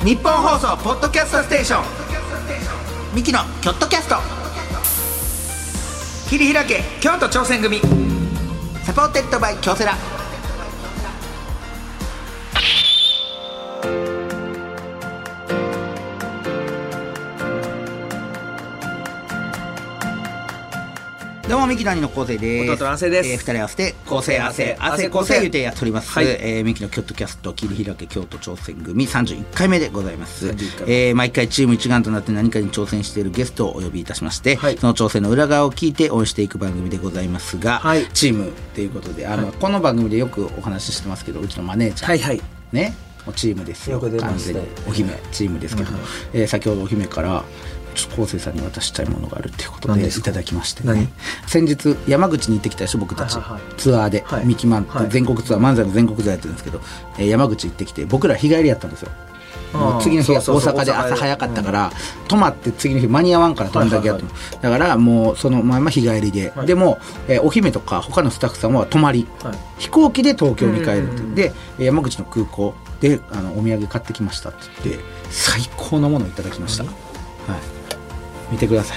日本放送ポッドキャストステーションミキのキョットキャスト。切り開け京都挑戦組サポーテッドバイ京セラ。どうもミキの兄の昴生です。 弟の亜生です。 二人合わせて昴生亜生亜生昴生言うてやっております、はい。ミキのキョットキャスト切り開け京都挑戦組31回目でございます。毎回チーム一丸となって何かに挑戦しているゲストをお呼びいたしまして、はい、その挑戦の裏側を聞いて応援していく番組でございますが、はい、チームということでこの番組でよくお話ししてますけど、うちのマネージャー、はいはい、ね、もうチームですよ。完全にお姫チームですけど、先ほどお姫から昴生さんに渡したいものがあるっていうことでいただきまして、ね、先日山口に行ってきたでしょ僕たち、ツアーで、ミキマンって全国ツアー、漫才の全国ツアーやってるんですけど、山口行ってきて僕ら日帰りやったんですよ。もう次の日は大阪で朝早かったから、泊まって次の日間に合わんから飛んだけやって、だからもうそのまま日帰りで、でもお姫とか他のスタッフさんは泊まり、飛行機で東京に帰るってで、山口の空港でお土産買ってきましたって言って最高のものをいただきました。はい、見てください。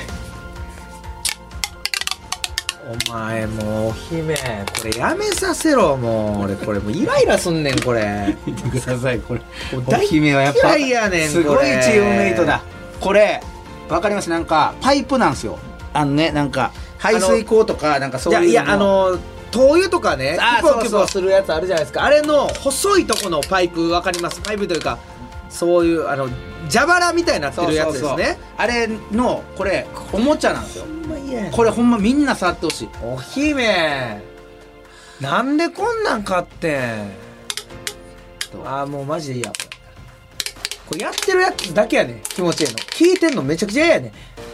お前もうお姫これやめさせろ。もう俺これもうイライラすんねんこれ。 見てくださいこれ。お姫はやっぱ嫌いやねん。 すごいチームメイトだ。これわかります？なんかパイプなんですよ。なんか排水口とかなんかそういうの。 いや灯油とかね、キュポキュポするやつあるじゃないですか。あれの細いとこのパイプわかります？パイプというかそういう蛇腹みたいになってるやつですね。そうあれのこれおもちゃなんですよ。これほんまみんな触ってほしい。 お姫なんでこんなん買ってん。もうマジでいいや。これやってるやつだけやね気持ちいいの。聞いてんのめちゃくちゃ嫌やね。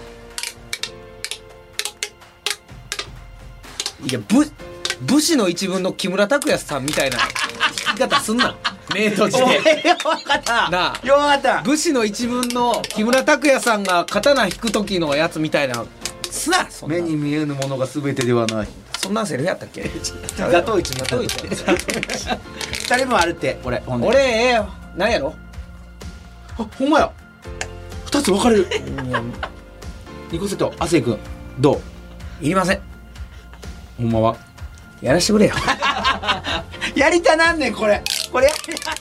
いや武士の一文の木村拓哉さんみたいな聞き方すんな。名としてよかったなあ、 よかった。 武士の一文の木村拓哉さんが刀引く時のやつみたいなすな。 目に見えぬものが全てではない。 そんなセリフやったっけ？ ガトイチ2人もあるってこれ。 俺何やろ。 ほんまや2つ分かれる。2個セット。亜生君どう？ いりません。 ほんまはやらしてくれよ。 やりたなんねんこれこれや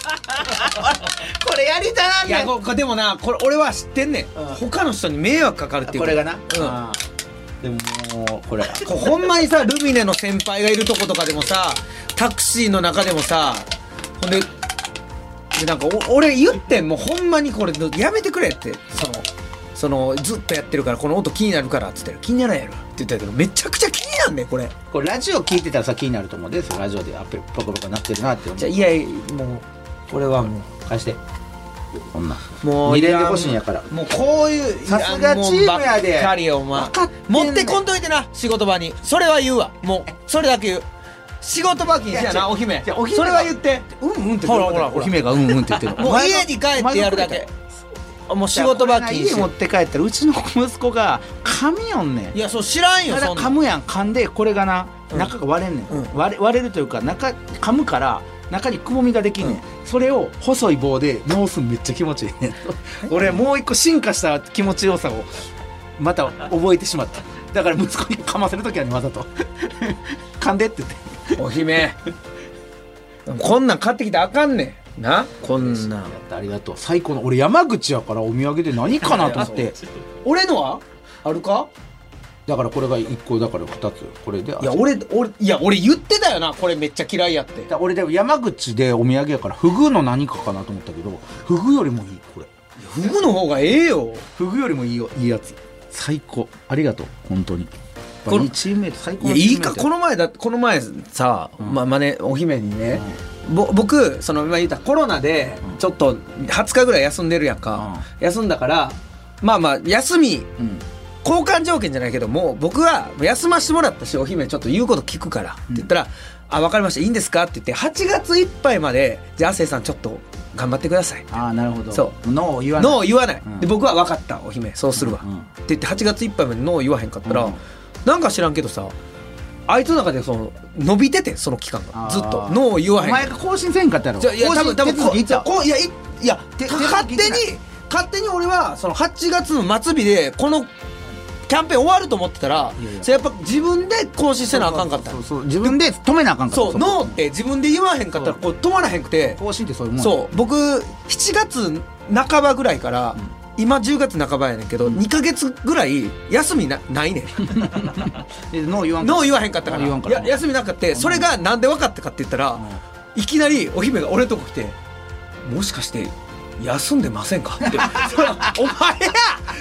りたなんねん。 いやでもなこれ俺は知ってんねん、他の人に迷惑かかるっていうこれがな、でももうこれほんまにさルミネの先輩がいるとことかでもさタクシーの中でもさほんでなんか俺言ってんもうほんまにこれやめてくれってそのずっとやってるからこの音気になるからっつって気にならんやろって言ったけどめちゃくちゃ気になんねんこれラジオ聞いてたらさ気になると思うで、ラジオでポコポコなってるなって思う。 じゃいやもうこれはもう返してこんなもう見れんでほしいんやから。 もうこういうさすがチームやで。 ばっかりお前持ってこんといてな仕事場に。それは言うわ。もうそれだけ言う。仕事場禁止やなお姫。それは言ってってほらお姫がって言ってる。 もう家に帰ってやるだけ。もう仕事場禁止。 家持って帰ったらうちの息子が噛みよんねん。 いやそう知らんよ。そんな噛むやん。噛んでこれがな中が割れんねん、割れるというか噛むから中にくぼみができんねん、それを細い棒で直すんめっちゃ気持ちいいねん。俺もう一個進化した気持ちよさをまた覚えてしまった。だから息子に噛ませるときはねわざと噛んでって言って。 お姫こんなん買ってきたらあかんねんな。こんなんありがとう。最高の。俺山口やからお土産で何かなと思って俺のはあるか。 だからこれが1個だから2つこれで。 いや俺言ってたよなこれめっちゃ嫌いやって。 俺でも山口でお土産やからフグの何かかなと思ったけどフグよりもいいこれ。 フグの方がええよ。 フグよりもいいよ。いいやつ最高。ありがとう本当に。いいチームメイト最高のチームメイト。いいかこの前さ、ねお姫にね、僕今言ったコロナでちょっと20日ぐらい休んでるやんか、休んだから休み、交換条件じゃないけども僕は休ませてもらったしお姫ちょっと言うこと聞くからって言ったら、分かりましたいいんですかって言って8月いっぱいまでじゃあ亜生さんちょっと頑張ってください。 なるほど。 そうノーを言わない。 ノーを言わない、で僕は分かったお姫そうするわ、って言って8月いっぱいまでノーを言わへんかったら、なんか知らんけどさあいつの中で伸びててその期間がずっとノーを言わへん。 お前が更新せんかったやろ。 いや多分いいや勝手に俺はその8月の末日でこのキャンペーン終わると思ってたら、それやっぱ自分で更新せなあかんかった。 そう自分で止めなあかんかった。 そうノーって自分で言わへんかったらこう止まらへんくて、 更新ってそういうもん。 そう僕7月半ばぐらいから、今10月半ばやねんけど、2ヶ月ぐらい休みないねんノー言わへんかったから休みなかった。それがなんで分かったかって言ったら、いきなりお姫が俺のとこ来て、もしかして休んでませんかってお前や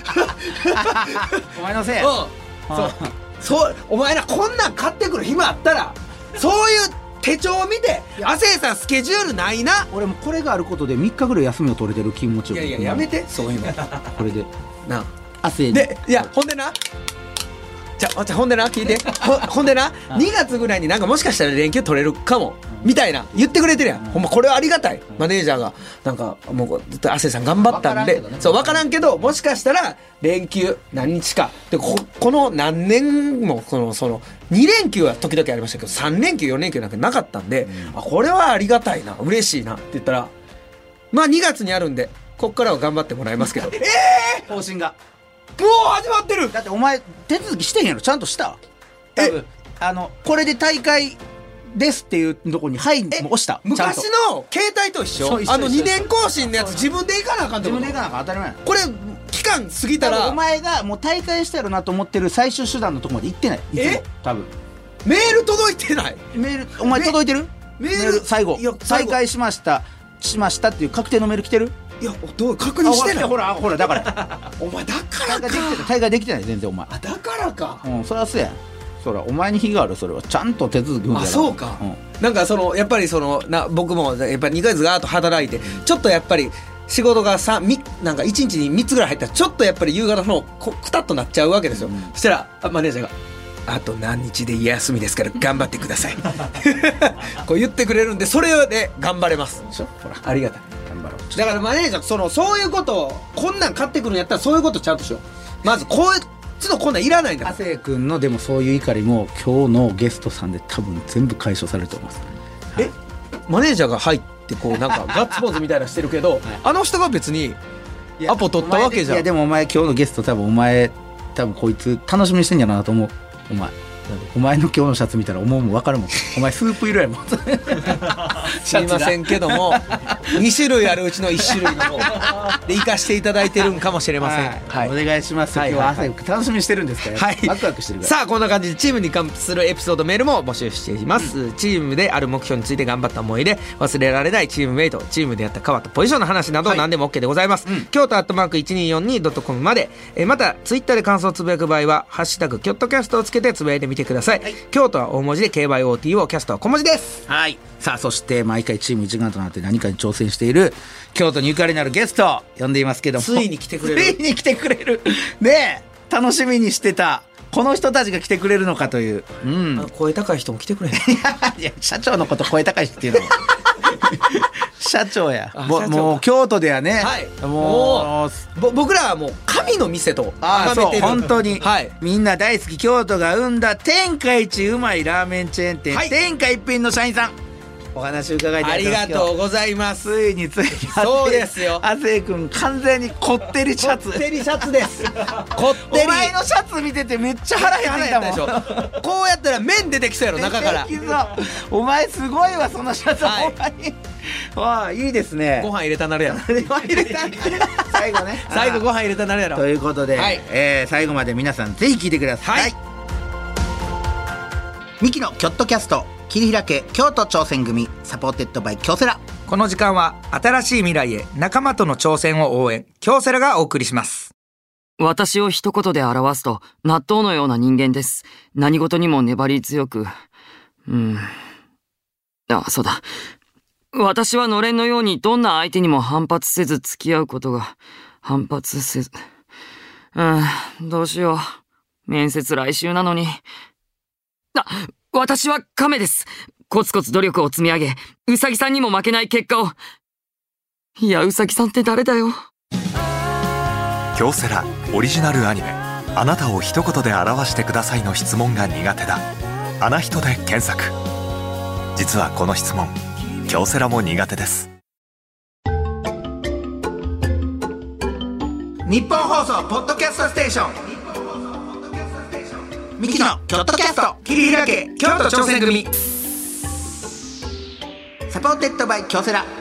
お前のせい。 そうお前らこんなん買ってくる暇あったらそういう手帳を見て、亜生さんスケジュールないな。 俺もこれがあることで3日ぐらい休みを取れてる気持ちよ。 いややめてそういうのこれでな亜生で、いやほんでなほんでな聞いてほんでな2月ぐらいになんかもしかしたら連休取れるかもみたいな言ってくれてるやん。ほんまこれはありがたい。マネージャーがなんかもうずっと亜生さん頑張ったんで、そう分からんけどもしかしたら連休何日かでこの何年もその2連休は時々ありましたけど3連休4連休なんかなかったんで、これはありがたいな嬉しいなって言ったら、まあ2月にあるんでこっからは頑張ってもらいますけど方針がもう始まってる。 だってお前手続きしてへんやろ。ちゃんとした多分これで大会ですっていうとこにはいもう押した。 昔の携帯と一緒。2年更新のやつ自分で行かなあかんってこと。 自分で行かなあかん当たり前。 これ期間過ぎたらお前がもう大会したやろなと思ってる最終手段のとこまで行ってない。多分メール届いてない。 メールお前届いてる？メール最後再開しましたっていう確定のメール来てる？ いやどう確認してない。 ほらだからお前だからか大会できてない全然お前。 だからか。 そりゃそうやん。そりゃお前に非がある。それはちゃんと手続き踏んでやる。 そうか。なんかやっぱり僕もやっぱり2ヶ月ガーッと働いてちょっとやっぱり仕事がなんか1日に3つぐらい入ったらちょっとやっぱり夕方のくたっとなっちゃうわけですよ。そしたらマネージャーがあと何日で休みですから頑張ってくださいこう言ってくれるんで、それで頑張れます。ほらありがたい。頑張ろう。だからマネージャーそういうことをこんなん買ってくるんやったらそういうことちゃんとしよう。まずこういうこんなんいらないんだ。 亜生君のでもそういう怒りも今日のゲストさんで多分全部解消されると思います。 マネージャーが入ってこうなんかガッツポーズみたいなしてるけど、あの人が別にアポ取ったわけじゃん。 いやでもお前今日のゲスト多分こいつ楽しみにしてんじゃなと思う。お前の今日のシャツ見たら思うもん分かるもん。お前スープ色やもんすいませんけども2種類あるうちの1種類の方で生かしていただいてるんかもしれません。 はい、お願いします。今日は朝楽しみにしてるんですから、 はい、 ワクワクしてるから。 さあこんな感じでチームに関するエピソードメールも募集しています。チームである目標について頑張った思い出、忘れられないチームメイト、チームでやった変わったポジションの話など何でも OK でございます。京都@1242.com まで、またツイッターで感想をつぶやく場合はハッシュタグキョットキャストをつけてつぶやいてみてください。京都は大文字で KYOTO、 キャストは小文字です。 はい。さあそして毎回チーム一丸となって何かに挑戦している京都にゆかりのあるゲストを呼んでいますけども、 ついに来てくれるねえ楽しみにしてたこの人たちが来てくれるのかという、 声高い人も来てくれへんいや社長のこと声高い人っていうのは社長や。もう京都ではね、もう僕らはもう神の店と崇めてる。本当に、 はい、 みんな大好き京都が生んだ天下一うまいラーメンチェーン店、天下一品の社員さんお話伺いたいと思います。 ありがとうございます。 ついにそうですよ。 亜生君完全にこってりシャツ。 こってりシャツです。こってり。 お前のシャツ見ててめっちゃ腹減ってきたもん。 こうやったら麺出てきそうやろ中から。 お前すごいわそのシャツ。ほんまに。わあいいですね。 ご飯入れたなるやろ。 最後ね。 最後ご飯入れたなるやろ。 ということで、最後まで皆さんぜひ聞いてください。ミキのキョットキャスト切り開け京都挑戦組サポーテッドバイ京セラ。 この時間は新しい未来へ仲間との挑戦を応援、京セラがお送りします。 私を一言で表すと納豆のような人間です。何事にも粘り強く、そうだ。私はのれんのようにどんな相手にも反発せず付き合うことが、どうしよう。面接来週なのに。私は亀です。コツコツ努力を積み上げ、うさぎさんにも負けない結果を。いや、うさぎさんって誰だよ。 京セラオリジナルアニメ、あなたを一言で表してくださいの質問が苦手だ。あな人で検索。実はこの質問、京セラも苦手です。 日本放送ポッドキャストステーションミキのキョットキャスト切り開け京都挑戦組サポーテッドバイ京セラ。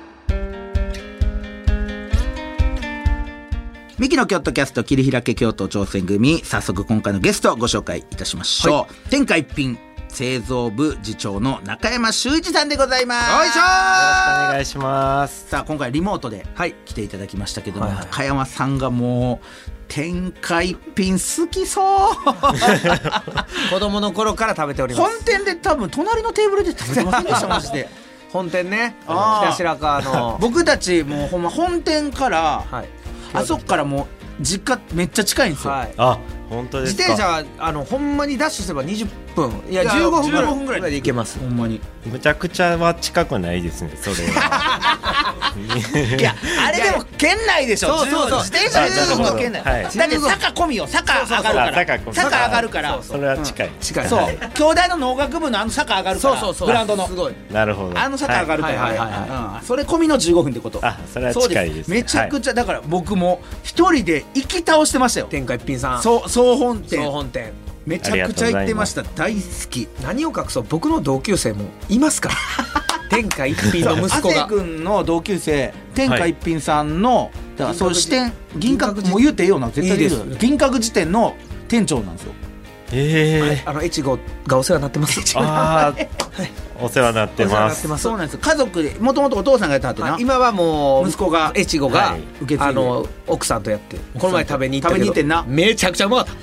ミキの京都キャスト切り開け京都挑戦組、早速今回のゲストをご紹介いたしましょう、天下一品製造部次長の中山修一さんでございます。 よいしょー、 よろしくお願いします。 さあ今回リモートで来ていただきましたけども、中山さんがもう天下一品好きそう子供の頃から食べております。 本店で多分隣のテーブルで食べてませんでしたマジで本店ね、北白川の僕たちもうほんま本店から、 はい、 あそこからもう実家めっちゃ近いんですよ、 はい、 あ、本当ですか。 自転車はほんまにダッシュすれば20分いや15分ぐらいで行けます。 ほんまにむちゃくちゃは近くないですね、それはいやあれでも県内でしょ。 そうそうそう、 自転車15分の県内、 はい、 だって坂込みよ、坂上がるから坂上がるからそれは近い、 近い、 そう、兄弟の農学部の坂上がるから、 そうグラウンドのすごい、 なるほど、 坂上がるから、それ込みの15分ってこと。 あ、それは近いですね。 めちゃくちゃ、だから僕も一人で行き倒してましたよ、 天下一品さん。 総本店めちゃくちゃ行ってました。大好き。 何を隠そう、僕の同級生もいますから天下一品の息子が亜生君の同級生天下一品さんの、だからそう支店銀閣もう言うていいよな、絶対言うよ、銀閣寺店の店長なんですよ。 越後がお世話になってます。 あお世話になってます。 そうなんですよ。家族でもともとお父さんがやってはってな、 今はもう息子が越後が受け継いで奥さんとやって、この前食べに行ったけど食べに行ってんな、 めちゃくちゃうまかった。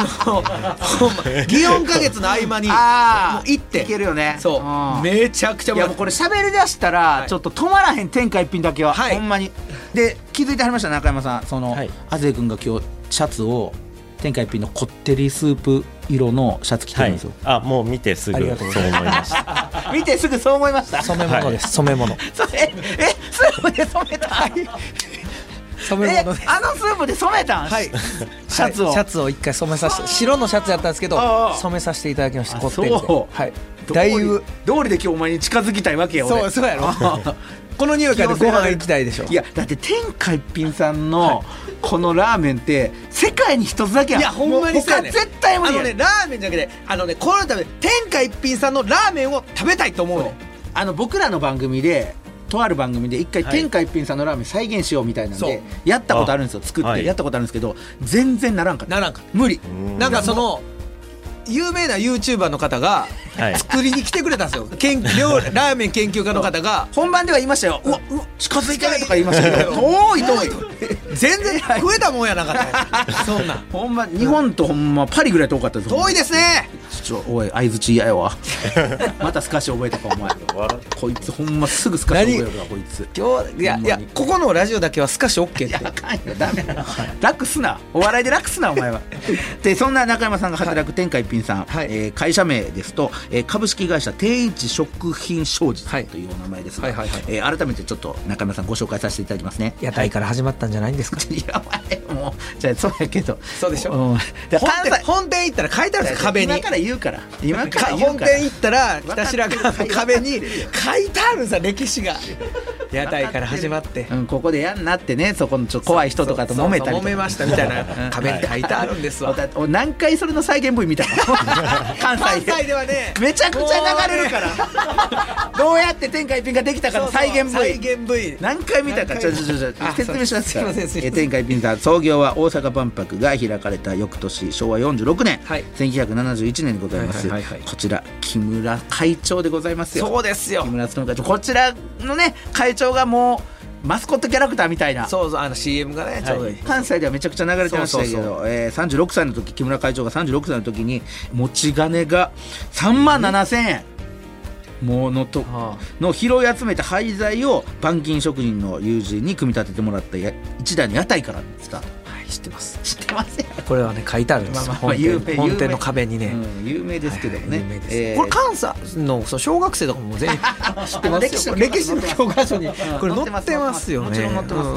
ほんま祇園花月の合間にもう行っていけるよね。 そうめちゃくちゃうまかった。 いやもうこれ喋り出したらちょっと止まらへん、天下一品だけは、ほんまに。で気づいてはりました中山さん、その亜生君が今日シャツを天下一品のこってりスープ色のシャツ着てるんですよ、 あ、もう見てすぐそう思いました見てすぐそう思いました。 染め物です、染め物。 スープで染めた染め物です。 あのスープで染めたん、 はい、 シャツを一回染めさせて、白のシャツやったんですけど染めさせていただきました。こってりで、はい、だいぶ通りで今日お前に近づきたいわけよ。 そうやろこの匂いからご飯行きたいでしょ。 いやだって天下一品さんのこのラーメンって世界に一つだけやん。 いやほんまにそうやね。 絶対無理や。 ラーメンじゃなくてこのため天下一品さんのラーメンを食べたいと思うね。 僕らの番組でとある番組で一回天下一品さんのラーメン再現しようみたいなんでやったことあるんですよ。作ってやったことあるんですけど全然ならんかった。無理。 なんかその有名な YouTuber の方が作りに来てくれたんですよ、ラーメン研究家の方が本番では言いましたよ。うわ近づいてないとか言いましたけど遠い全然食えたもんやなかったそんなほんま日本とほんまパリぐらい遠かったです。 遠いですね。 おい相づち嫌やわまたスカシ覚えたかお前こいつほんますぐスカシ覚えるわこいつ。 今日いやここのラジオだけはスカシ OK って。いやあかんよダメ楽すな、お笑いで楽すなお前はでそんな中山さんが働く天下一品さん、会社名ですと、株式会社天一食品商事というお名前ですが、改めてちょっと中山さんご紹介させていただきますね。 屋台から始まったんじゃないんですか。 いやもうじゃあそうやけどそうでしょ、本店行ったら書いてあるんですよ壁に。今から言うから本店行ったら北白川の壁に書いてあるんですよ歴史が屋台から始まって、 ここでやんなってね、そこのちょっと怖い人とかと揉めたり揉めましたみたいな壁に書いてあるんですわ何回それの再現 V 見たの関西ではねめちゃくちゃ流れるからどうやって天下一品ができたかの再現 V 何回見たか説明しますから。天下一品さん創業は大阪万博が開かれた翌年昭和46年、1971年でございます。こちら木村会長でございますよ。 そうですよ、 木村勤会長、こちらのね会長がもうマスコットキャラクターみたいな、 そうCM がねちょうどいい。 関西ではめちゃくちゃ流れてましたけど、36歳の時木村会長が36歳の時に持ち金が3万7千円ものとの拾い集めた廃材を板金職人の友人に組み立ててもらった一台の屋台からスタート。 知ってます。 知ってますよ。 これはね書いてあるんですよ。本店の壁にね、 有名ですけどもね。 これ関西の小学生とかも全員知ってますよ。歴史の教科書にこれ載ってますよね。 もちろん載ってます。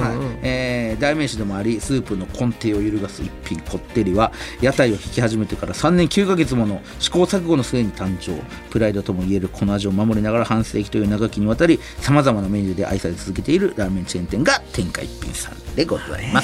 代名詞でもありスープの根底を揺るがす一品こってりは屋台を引き始めてから3年9ヶ月もの試行錯誤の末に誕生。プライドともいえるこの味を守りながら半世紀という長きにわたりさまざまなメニューで愛され続けているラーメンチェーン店が天下一品さんでございますということで。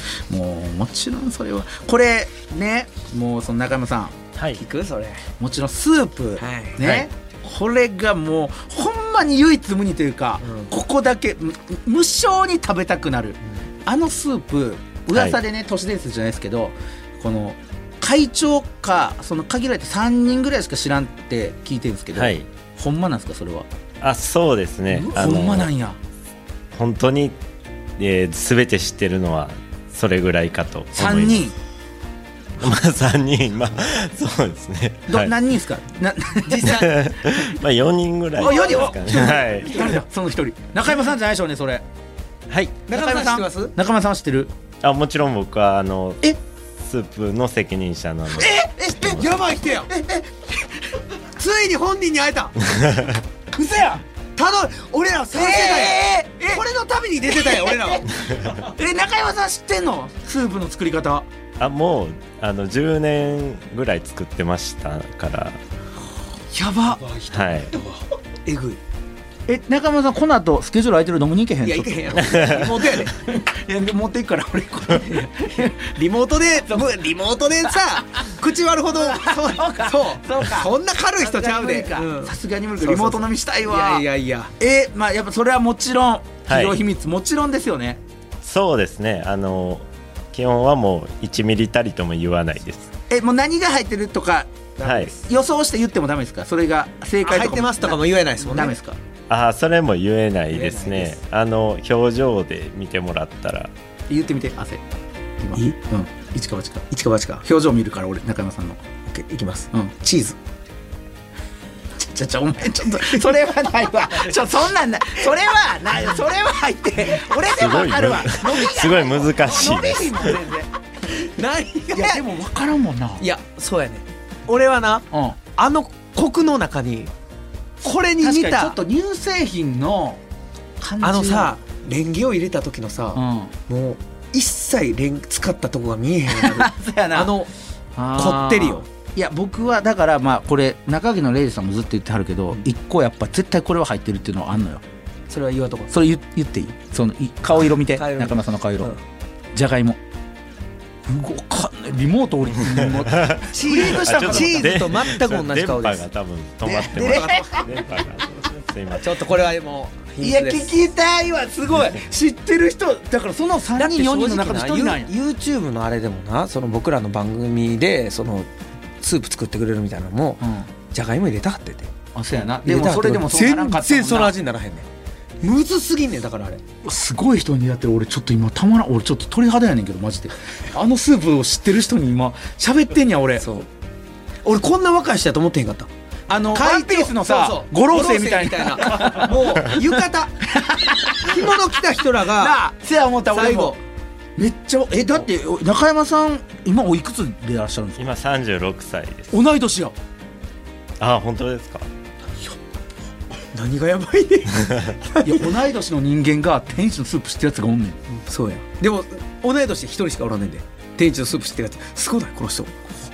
もちろんそれはこれね、もうその中山さんはい聞くそれ。 もちろんスープ、 はいね、 はい、 これがもうほんまに唯一無二というか、ここだけ無償に食べたくなる、あのスープ噂でね、都市伝説じゃないですけど、この会長かその限られて3人ぐらいしか知らんって聞いてるんですけど、 はい、 ほんまなんですかそれは。 そうですね、 ほんまなんや。 本当に、全て知ってるのはそれぐらいかと思います。 3人まあ3人、まあそうですね、はい、 何人ですか実際まあ4人ぐらいですかね。はい、 誰だその1人。中山さんじゃないでしょうねそれ。 はい、 中山さん知ってます？ 中山さんは知ってる？ もちろん僕はスープの責任者なので。 やばい人やついに本人に会えた嘘や。俺ら3世代これのために出てたよ俺らは中山さん知ってんのスープの作り方？ もう10年ぐらい作ってましたから。 やば。 はい。 えぐい。 中村さんこの後スケジュール空いてる飲みに行けへん？ いや行けへんやろ。リモートやで。 いや持っていくから俺リモートでさ口割るほどそうそんな軽い人ちゃうで。 さすがに無理か。リモート飲みしたいわ。 いやまあやっぱそれはもちろん企業秘密、もちろんですよね。 そうですね。基本はもう1ミリたりとも言わないです。 もう何が入ってるとか、 はい、 予想して言ってもダメですか？それが正解とか入ってますとかも言えないですもんね。 ダメですか？ それも言えないですね。表情で見てもらったら。 言ってみて。汗今いい？ 一か八か。 一か八か。 表情見るから俺中山さんの。 OK いきます。 チーズ。お前ちょっとそれはないわ。そんなんない。それはない。それは入って俺でも分かるわ。 すごい難しいです。 全然いやでも分からんもんな。 いやそうやね。俺はな、コクの中にこれに似たちょっと乳製品の感じ。 さレンゲを入れた時のさ、もう一切レン使ったとこが見えへんようになるそうやな。 こってりよ。 いや僕はだからまあこれ中垣のレイジさんもずっと言ってはるけど、一個やっぱ絶対これは入ってるっていうのはあんのよ。 それは言わんとこ。 それ言っていい？その顔色見て。中村さんの顔色。じゃがいも。動かんない。リモート降りてチーズと全く同じ顔です。 電波が多分止まってます。電波がすいません。 ちょっとこれはもういや聞きたいわ。すごい知ってる人だから。その3人4人の中の1人なんや。 YouTube のあれでもな、その僕らの番組でそのスープ作ってくれるみたいなのも、じゃがいも入れたかってて。 そうやな。でもそれでもそうならんかったもんな。 全然その味にならへんねん。むずすぎんねん。だからあれすごい人にやってる。俺ちょっと今たまらん。俺ちょっと鳥肌やねんけどマジで。スープを知ってる人に今喋ってんや俺。 そう俺こんな若い人やと思ってへんかった。 ワンピースのさ五老星みたいなもう浴衣着物着た人らがせや思った俺もめっちゃ。だって中山さん今おいくつでいらっしゃるんですか？ 今36歳です。 同い年や。 本当ですか？ 何がやばいねいや同い年の人間が天一のスープ知ってるやつがおんねん。 そうや。でも同い年一人しかおらんねんで。天一のスープ知ってるやつすごいなこの人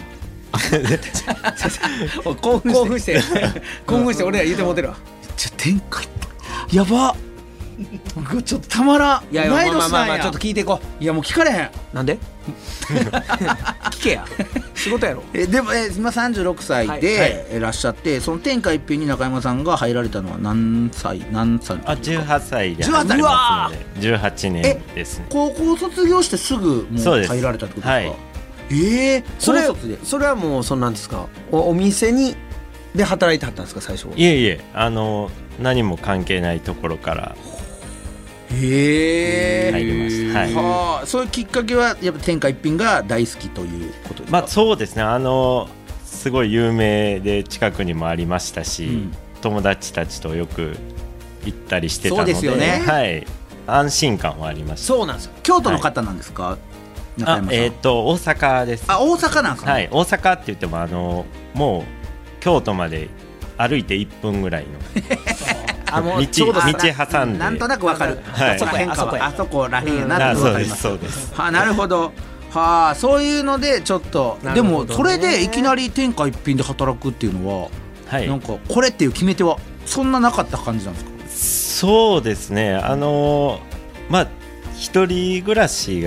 興奮して俺ら言うてもうてるわ。 展開やばちょっとたまらん。 いやまあちょっと聞いていこう。いやもう聞かれへん。 なんで聞けや仕事やろ。 でも今36歳でいらっしゃって、その天下一品に中山さんが入られたのは何歳 18歳で入りますので18年ですね。 高校卒業してすぐもう入られたってことですか？ それはもうそんなんですか？お店にで働いてはったんですか最初？ いえ何も関係ないところから入りました。 そういうきっかけはやっぱ天下一品が大好きということですか？ そうですね。すごい有名で近くにもありましたし、友達たちとよく行ったりしてたので、 そうですよね。 はい、安心感はありました。 そうなんですよ。京都の方なんですか？中山さん。 大阪です。 大阪なんですか？ はい、大阪って言ってももう京都まで歩いて1分ぐらいの道挟んでなんとなくわかる。あそこらへんやなってわかります。 そうです。 なるほど。そういうのでちょっとでもそれでいきなり天下一品で働くっていうのは、なんかこれっていう決め手はそんななかった感じなんですか？ そうですね。一人暮らしが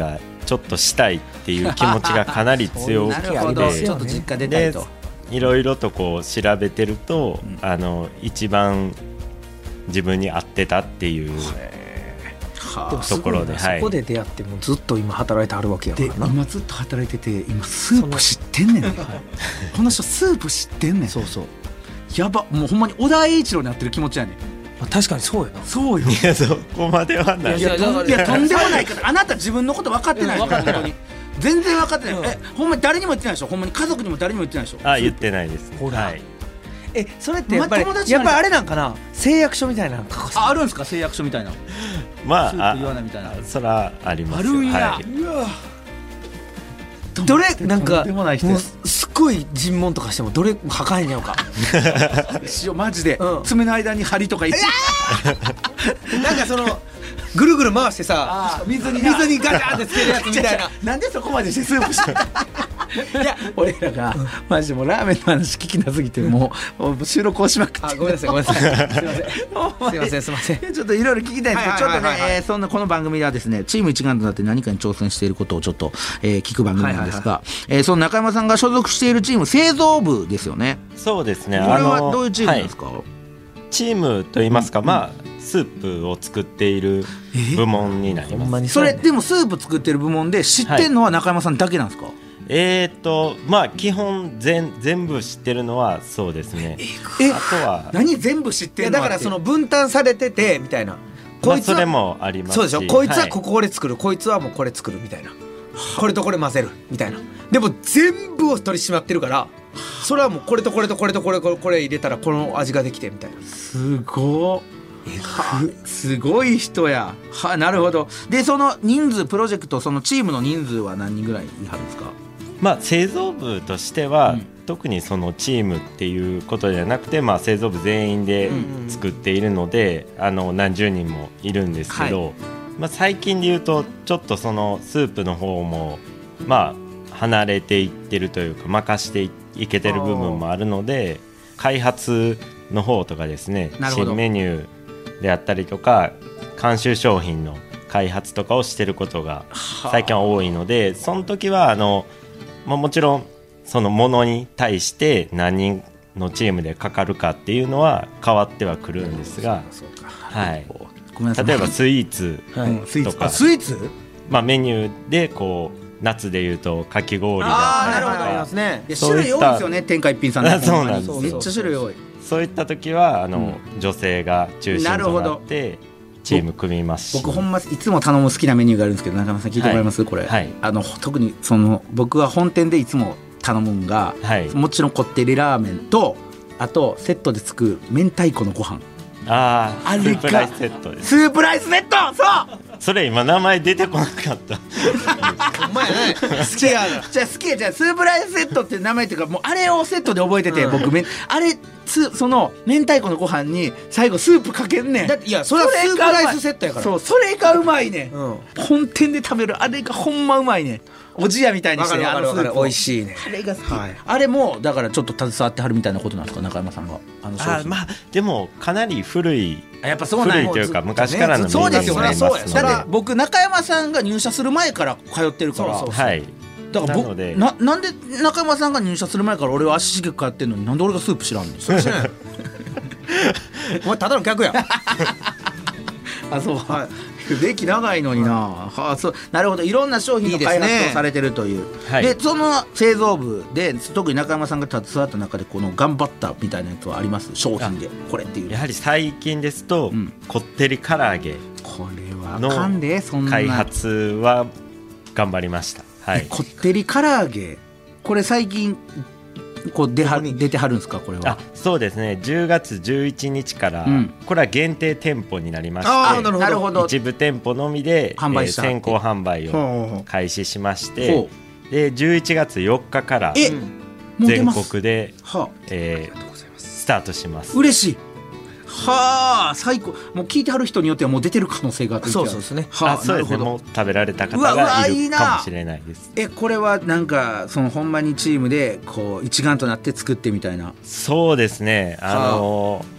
ちょっとしたいっていう気持ちがかなり強くなるほど、 てちょっと実家出たいと。 いろいろとこう調べてると、一番自分に合ってたっていうでもすところで、 ごいなそこで出会ってもうずっと今働いてはるわけやかでらな。 今ずっと働いてて、今スープ知ってんねんね。この人スープ知ってんねん。 そうそう、 やば、もうほんまに小田栄一郎になってる気持ちやねん。 確かにそうやな。 そうよ。 いやそこまではないいやとんでもないから、あなた自分のこと分かってないでしょ、本当に全然分かってない。ほんまに誰にも言ってないでしょ、ほんまに家族にも誰にも言ってないでしょ。 言ってないですね。 ほらはい、 それってやっぱり、 友達やっぱりあれなんかな、誓約書みたいなの書かせあるんですか、誓約書みたいな。 まスープ言わないみたいな。 そらありますあるんや。 はいうわ。 どれなんかとんでもない人もうです。 すっごい尋問とかしてもどれはかへんやんか。 塩マジで、 うん爪の間に針とか入れて、 なんかそのぐるぐる回してさ、 水にガチャンってつけるやつみたいな。 なんでそこまでしてスープしていや俺らがマジでもうラーメンの話聞きなすぎてもう収録をしまくって、 あ、ごめんなさいごめんなさい。すいませんすいませんすいません。 ちょっといろいろ聞きたいんですけど、 はいちょっとはいはいはいね、そんなこの番組ではですね、チーム一丸となって何かに挑戦していることをちょっと、聞く番組なんですが、その中山さんが所属しているチーム、製造部ですよね。 そうですね。 これはどういうチームなんですか？ チームといいますか、スープを作っている部門になりほます。 んまにうやねそれでもスープ作ってる部門で知ってんのは中山さんだけなんですか？ 基本全部知ってるのはそうですね。あとは何全部知っいやてんのはってだからその分担されててみたいな。こいつはそれもありますし、 そうでしょ。こいつははいここで作る、こいつはもうこれ作るみたいな。これとこれ混ぜるみたいな。でも全部を取り締まってるから、それはもうこれとこれとこれとこれこれ入れたらこの味ができてみたいな。 すごすごい人や。は、なるほど。でその人数、プロジェクト、そのチームの人数は何人ぐらいいはるんですか？ 製造部としては、特にそのチームっていうことではなくて、製造部全員で作っているので、何十人もいるんですけど、最近で言うとちょっとそのスープの方も離れていってるというか任していけてる部分もあるので、開発の方とかですね、新メニューであったりとか監修商品の開発とかをしてることが最近は多いので、その時はもちろんそのものに対して何人のチームでかかるかっていうのは変わってはくるんですが、 ごめんなさい。 例えばスイーツとか、 スイーツ？ メニューでこう夏でいうとかき氷だあー、なるほど、 ったりとか、 ありますね。 いや種類多いですよね、天下一品さんの。 そうなんですほまにめっちゃ種類多い。 そういった時は女性が中心となってチーム組みますし、 僕ほんまいつも頼む好きなメニューがあるんですけど、中山さん聞いてもらえます？これ、 はい、 特にその僕は本店でいつも頼むんが、もちろんこってりラーメンと、あとセットでつく明太子のご飯。 あれがスープライスセットです。 スープライスセット、そうそれ今名前出てこなかった。 ほんまやね。好きやな。 じゃあ好きや、じゃあスープライスセットって名前っていうか、もうあれをセットで覚えてて、僕あれその明太子のご飯に最後スープかけんねん。 だっていやそれはスープライスセットやから。 そう、それがうまいねん、 うん、 本店で食べるあれがほんまうまいねん。おじやみたいにしてね、 あのスープ美味しいね。 あれが好き、あれもだからちょっと携わってはるみたいなことなんですか、中山さんが。 でもかなり古い、 やっぱそうなん古いというか昔からのメニュそうですよね。 ーになりますので、 だって僕中山さんが入社する前から通ってるから、 はい、 だから僕なんで中山さんが入社する前から俺は足しげく通ってんのに、なんで俺がスープ知らんの？それ知らないお前ただの客や。 あ、そう、歴長いのにな。そう、なるほど。いろんな商品の開発をされてるという。でその製造部で特に中山さんが携わった中でこの頑張ったみたいなやつはあります？商品でこれっていう。 やはり最近ですと、こってり唐揚げの開発は頑張りました。 こってり唐揚げ、これ最近こう出てはるんですか？これは。 そうですね。10月11日から、これは限定店舗になりまして、 なるほど、 一部店舗のみで先行販売を開始しまして、で11月4日から全国でスタートします。 嬉しい。はあ、最高。もう聞いてはる人によってはもう出てる可能性があって、 そうですね。 そうですね。もう食べられた方がいるかもしれないです。 これはなんかそのほんまにチームでこう一丸となって作ってみたいな。 そうですね。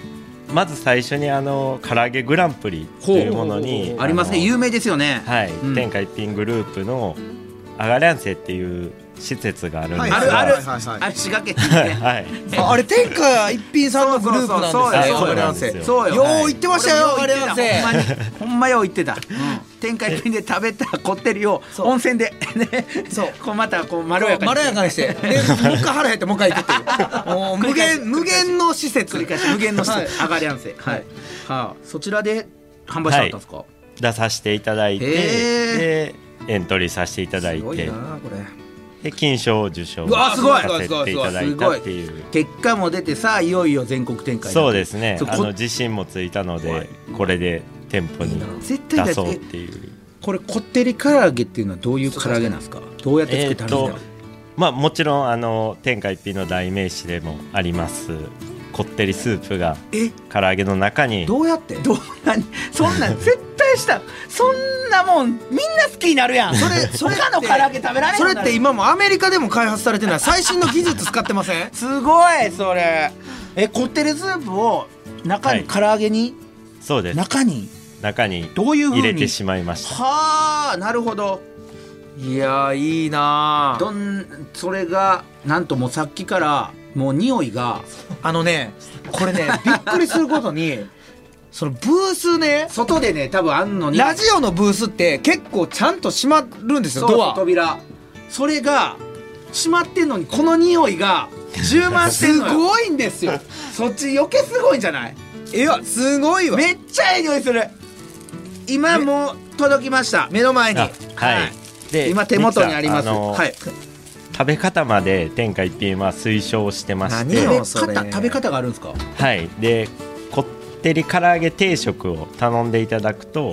まず最初に唐揚げグランプリというものにありますね、有名ですよね。 はい、天下一品グループのアガリャンセっていう施設があるんですが、 あるあれ滋賀県にね。 はい、 あれ天下一品さんのグループなんですね。 そうなんですよ。 そうよ。 よう言ってましたよ、 俺もようあれは言ってたほんまよう言ってた。天下一品で食べたこってりを温泉でね、 そうこうまたこうまろやかにして、でもう一回腹減ってもう一回行くっていう、もう無限の施設、 繰り返し無限の施設アガリャンセ。はい。はあ、そちらで販売されたんですか。 出させていただいて、でエントリーさせていただいて、 すごいなこれ。 で金賞受賞うわすごいさせていただいたっていう。 結果も出てさあいよいよ全国展開。 そうですね。自信もついたのでこれで店舗に出そうっていう。 これこってり唐揚げっていうのはどういう唐揚げなんですか。どうやって作ってあるんですか。 まあもちろん天下一品の代名詞でもありますこってりスープが唐揚げの中に。 どうやってそんなん絶対したそんなもんみんな好きになるやん。それ他の唐揚げ食べられない。 それって今もアメリカでも開発されてない最新の技術使ってません？ すごいそれ。こってりスープを中に唐揚げに、 そうです。 中にどういう風に入れてしまいました。 はあ、なるほど。 いやいいな。 それがなんともうさっきからもう匂いがこれねびっくりすることにそのブースね、 外でね多分あんのにラジオのブースって結構ちゃんと閉まるんですよ。 そうドア扉それが閉まってんのにこの匂いが充満してんのよ。 すごいんですよ。 そっち余計すごいんじゃない？ いやすごいわ。 めっちゃいい匂いする。今もう届きました、 目の前に。 はい。で今手元にあります。はい。 食べ方まで天下一品は推奨してまして。 食べ方があるんですか？ はい。でこってり唐揚げ定食を頼んでいただくと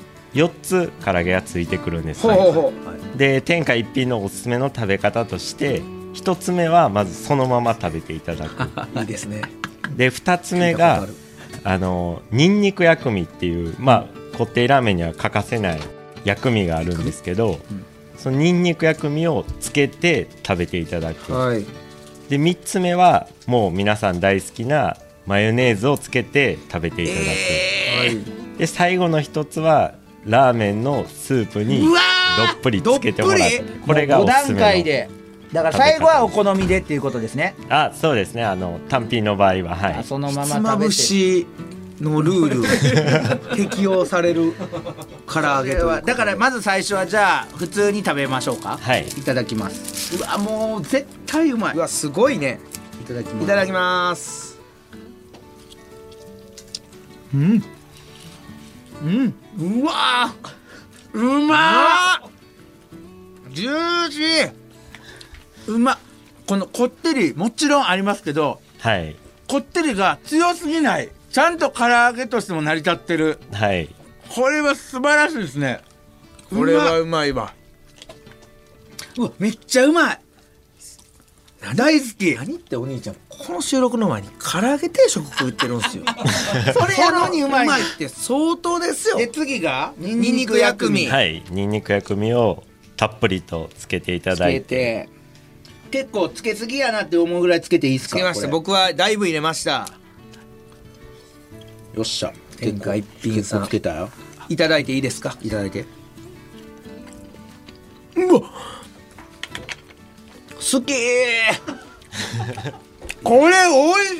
4つ唐揚げがついてくるんです。で天下一品のおすすめの食べ方として1つ目はまずそのまま食べていただく。 いいですね。 で2つ目がニンニク薬味っていうこってりラーメンには欠かせない薬味があるんですけど、そのニンニク薬味をつけて食べていただく。で3つ目はもう皆さん大好きなマヨネーズをつけて食べていただく。で最後の1つはラーメンのスープにどっぷりつけてもらう。これがおすすめの。5段階でだから最後はお好みでっていうことですね。 そうですね。単品の場合は、はい、 そのままひつまぶしのルール適用される唐揚げと。 だからまず最初はじゃあ普通に食べましょうか。 はい。 いただきます。うわもう絶対うまい。 うわすごいね。 いただきます。 いただきます。 うわうまっ。 ジューシー。 うまっ。このこってりもちろんありますけど、 はい、 こってりが強すぎない。ちゃんと唐揚げとしても成り立ってる。 はい。 これは素晴らしいですね。 これはうまいわ。 うわめっちゃうまい。大好き。 何ってお兄ちゃんこの収録の前に唐揚げ定食食ってるんですよ。 それやのにうまい。 って相当ですよ。 で次がニンニク薬味。 はい。ニンニク薬味をたっぷりとつけていただいて。 結構つけすぎやなって思うぐらいつけていいですか？ つけました。僕はだいぶ入れました。 よっしゃ。 天下一品さんつけたよ。 いただいていいですか？ いただいて。 うわ好きこれおいし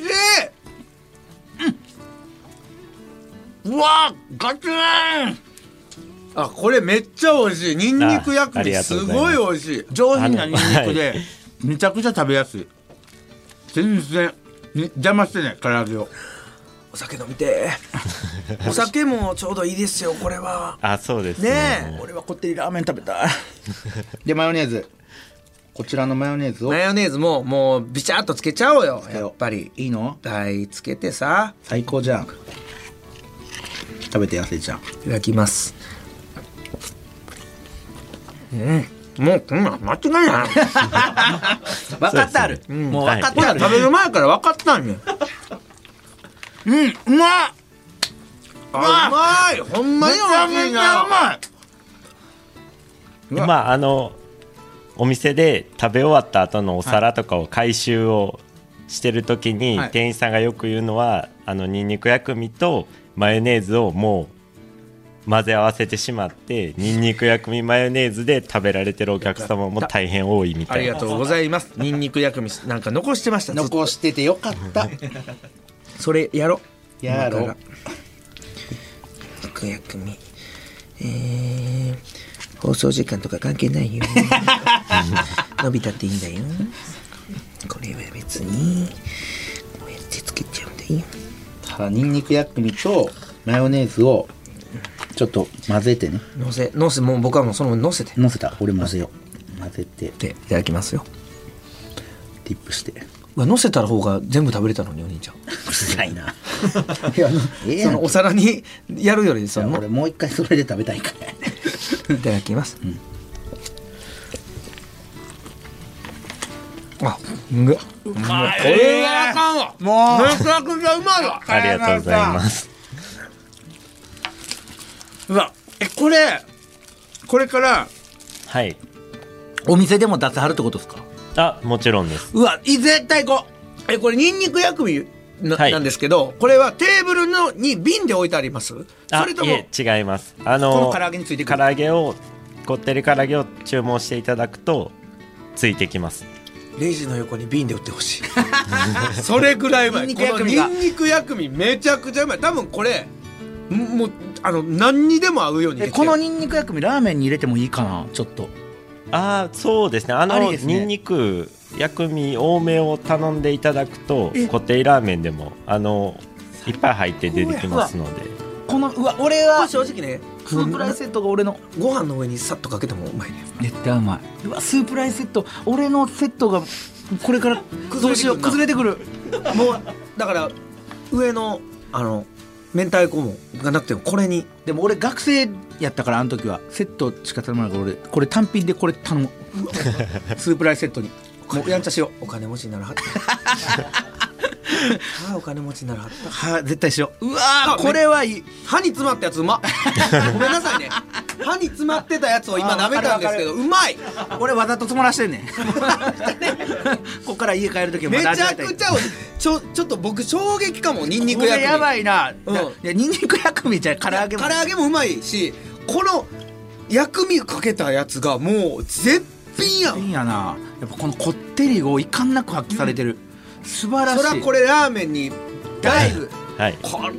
い。うわガツン。これめっちゃ美味しい。ニンニク薬味すごい美味しい。 上品なニンニクでめちゃくちゃ食べやすい。全然邪魔してない唐揚げを。 お酒飲みてお酒もちょうどいいですよこれは。 そうですね。 俺はこってりラーメン食べたい。でマヨネーズ、こちらのマヨネーズを。 マヨネーズももうビチャッとつけちゃおうよ。やっぱりいいの？ つけてさ。 最高じゃん。食べてやせちゃん。いただきます。もうこんなん間違いない。 分かってある。もう分かってある。 食べる前から分かったんね。 うまっ。 うまい。ほんまに美味しいな。 めちゃめちゃうまい。 お店で食べ終わった後のお皿とかを回収をしてる時に、 はい、 店員さんがよく言うのはニンニク薬味とマヨネーズをもう混ぜ合わせてしまってニンニク薬味マヨネーズで食べられてるお客様も大変多いみたいな。 ありがとうございます。ニンニク薬味なんか残してました。 残しててよかったそれやろやろニンニク薬味放送時間とか関係ないよ伸びたっていいんだよ。これは別にこうやってつけちゃうんだよ。 ニンニク薬味とマヨネーズをちょっと混ぜてね。 のせもう僕はもうそのままのせてのせた。俺混ぜよう。混ぜてでいただきますよ。 ディップして。 のせた方が全部食べれたのにお兄ちゃん。 うるさいな。 いやそのお皿にやるよりその俺もう一回それで食べたいからいただきます、あ、うまい。これはあかんわ。もうめちゃくちゃうまいわ。 ありがとうございます。 うわ、これからはいお店でも出せはるってことですか？ もちろんです。 うわ、絶対これニンニク薬味はいなんですけど、これはテーブルに瓶で置いてあります？それともいえ違います。 この唐揚げについてくる唐揚げをこってり唐揚げを注文していただくとついてきます。 レジの横に瓶で売ってほしいそれぐらいうまい。 ニンニク薬味がこのニンニク薬味めちゃくちゃうまい。多分これもう何にでも合うようにできてる。 このニンニク薬味ラーメンに入れてもいいかな。ちょっとそうですね。 ありですね。 ニンニク薬味多めを頼んでいただくとこってりラーメンでもいっぱい入って出てきますので。 この俺は正直ね、 スープライスセットが俺のご飯の上にさっとかけてもうまいね。 絶対うまい。スープライスセット、俺のセットがこれからどうしよう崩れてくる。 もうだから上の明太子もがなくてもこれに。 でも俺学生やったからあの時はセットしか頼まないから俺これ単品でこれ頼むスープライスセットにもうやんちゃしよう。 お金持ちになるはったお金持ちになるはった。 絶対しよう。うわーこれはいい。 歯に詰まったやつうまごめんなさいね。歯に詰まってたやつを今舐めたんですけどうまい。 俺わざと積もらしてんねんこっから家帰る時はまめちゃだ味わいたい。 くちゃちょっと僕衝撃かも。ニンニクこれ薬味やばいな、 いやニンニク薬味じゃ唐揚げも唐揚げもうまいし、この薬味かけたやつがもう絶品やん。 いいやな。やっぱこのこってりをいかんなく発揮されてる、素晴らしい。 そらこれラーメンにだいぶはい。 これ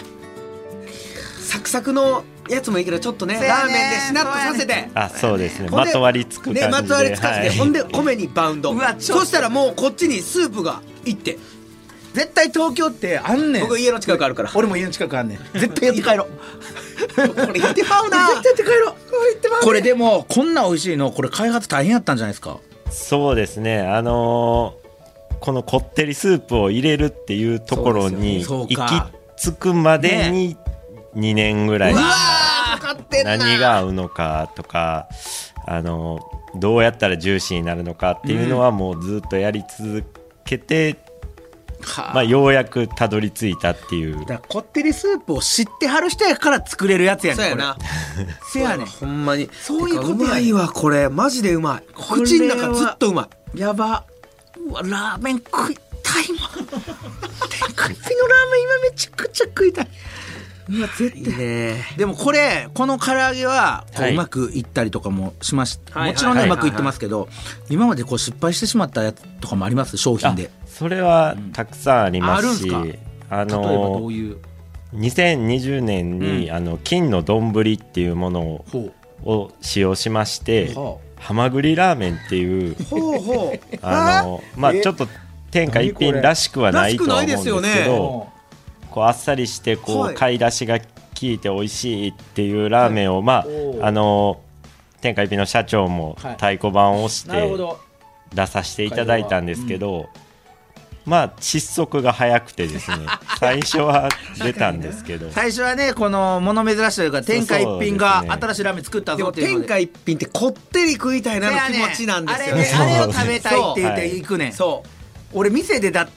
サクサクのやつもいいけどちょっとねそうやねラーメンでしなっとさせてそうですね。 ほんでまとわりつく感じで。 まとわりつかせて、 はいほんで米にバウンド。 うわそしたらもうこっちにスープがいって。 絶対東京ってあんねん。 僕家の近くあるから俺も家の近くあんねん。絶対やって帰ろうこれ言ってまうな。 絶対やって帰ろう。これでもこんな美味しいのこれ開発大変やったんじゃないですか？ そうですね。このこってりスープを入れるっていうところに行きそうか着くまでに2年ぐらい、 うわーかかってんな。 何が合うのかとかどうやったらジューシーになるのかっていうのはもうずっとやり続けて、ようやくたどり着いたっていう。 だからこってりスープを知ってはる人やから作れるやつやねん。 そうやな。 せやねん。 ほんまにそういうことやねんうまいわこれマジでうまい。 これは口の中ずっとうまい。 やば。うわラーメン食いたいもん。天下一品のラーメン今めちゃくちゃ食いたい。うわ絶対いいね。 でもこの唐揚げはこうはいうまくいったりとかもしまし、 はいもちろんねはいうまくいってますけど、今までこう失敗してしまったやつとかもあります？商品で。 それはたくさんありますし、 あるんすか？例えばどういう 2020年に、金の丼っていうものほを使用しましてははまぐりラーメンっていうほうほう。 ちょっと天下一品らしくはないとは思うんですけらしくないですよど、こうあっさりしてはい貝出しが効いて美味しいっていうラーメンを、天下一品の社長も太鼓判を押してなるほど。 出させていただいたんですけど、失速が早くてですね最初は出たんですけど最初はねこの物珍しいというか天下一品がそうですね新しいラーメン作ったでもぞっていうので。 天下一品ってこってり食いたいなの気持ちなんですよね。 あれを食べたいって言って行くねん。 そう。 俺店でだって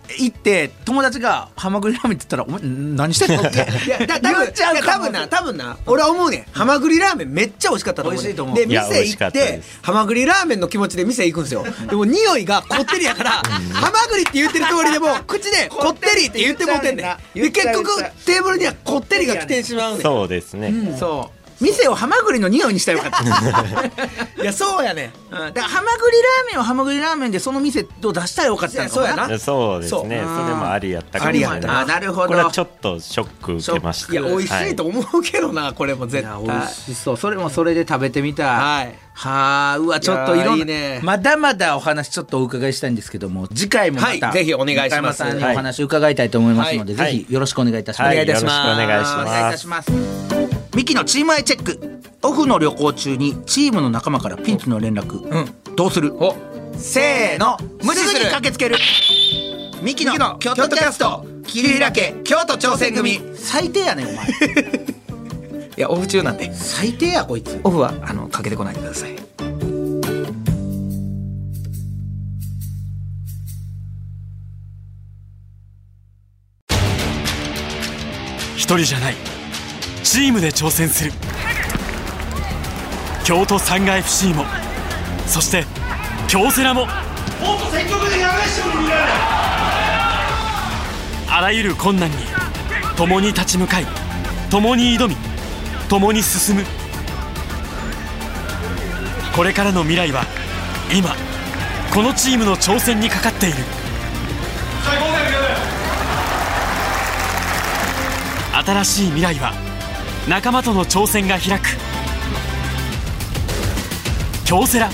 行って友達がハマグリラーメンって言ったら「お前何してんの?」って多分な俺は思うねん。ハマグリラーメンめっちゃ美味しかったと思うねん。 美味しいと思うでいや美店行っ味しかったでてハマグリラーメンの気持ちで店行くんですよ。でも匂いがこってりやからハマグリって言ってる通りでも口でこってりって言ってもうてんねん。で結局テーブルにはこってりが来てしまうねん。 そうですね、 そう店をハマグリの匂いにしたらよかったいやそうやねん。 だからハマグリラーメンはハマグリラーメンでその店を出したらよかったのかな。 そうやな。 そうですね。 そうそれもありやったかもしれない。 あなるほど。 これはちょっとショック受けました。 いや美味しいと思うけどな、これも絶対。 美味しそう。それもそれで食べてみたい。 はいはあ、うわちょっといろんないいねまだまだお話ちょっとお伺いしたいんですけども、次回もまた、 はいぜひお願いします中山さんにお話伺いたいと思いますので、 はいぜひよろしくお願いいたします。 はいお願いいたしますよろしくお願いしお願いいます。 たします。ミキのチームアイチェック。オフの旅行中にチームの仲間からピンチの連絡、どうする？せーの、無視すぐに駆けつける。ミキの京都キャスト切り開け京都挑戦組。最低やねんお前いやオフ中なんで最低やこいつ。 オフはかけてこないでください。 一人じゃない、チームで挑戦する京都サンガ FC も、そして京セラも、もっと積極的に話してくれ。あらゆる困難に共に立ち向かい、共に挑み、共に進む。これからの未来は今このチームの挑戦にかかっている。新しい未来は仲間との挑戦が開く。京セラ。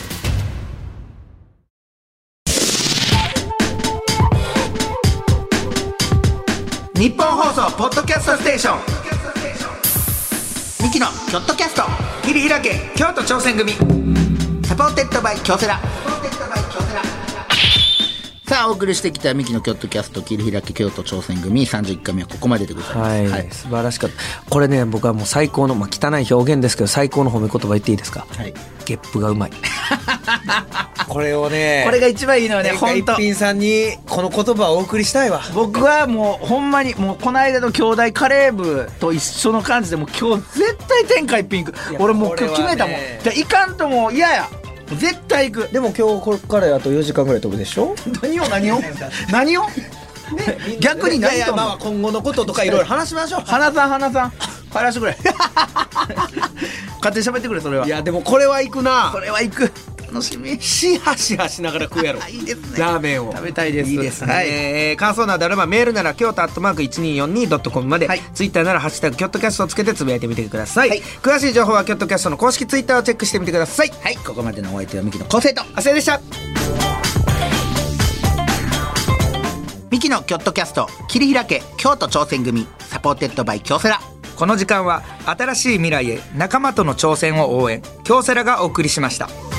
日本放送ポッドキャストステーションミキのキョットキャスト切り開け京都挑戦組。 サポーテッドバイ京セラ。さあお送りしてきたミキのキョットキャスト切り開け京都挑戦組31回目はここまででございます。 はい、素晴らしかった。これね僕はもう最高の、汚い表現ですけど最高の褒め言葉言っていいですか？ はい、 ゲップがうまいこれをねこれが一番いいのよね。本当一品さんにこの言葉をお送りしたいわ。 僕はもうほんまにもうこの間の兄弟カレー部と一緒の感じでもう今日絶対天下一品いく。俺もう今日決めたもん。じゃいかんともう嫌や。絶対行く。 でも今日これからあと4時間ぐらい飛ぶでしょ。 何を何を逆に何とまあ今後のこととかいろいろ話しましょう。 花さん帰らしてくれ勝手に喋ってくれそれは。 いやでもこれは行くな。 それは行く。楽しみ。 シハシハしながら食うやろいいですね。 ラーメンを食べたいです。 いいですね、 はい感想などあればメールなら京都@1242.com まで、 はい、 ツイッターならハッシュタグキョットキャストをつけてつぶやいてみてください、 はい、 詳しい情報はキョットキャストの公式ツイッターをチェックしてみてください。 はい、ここまでのお相手はミキの昴生と亜生でした。 ミキのキョットキャスト切り開け京都挑戦組サポーテッドバイ京セラ。 この時間は新しい未来へ仲間との挑戦を応援京セラがお送りしました。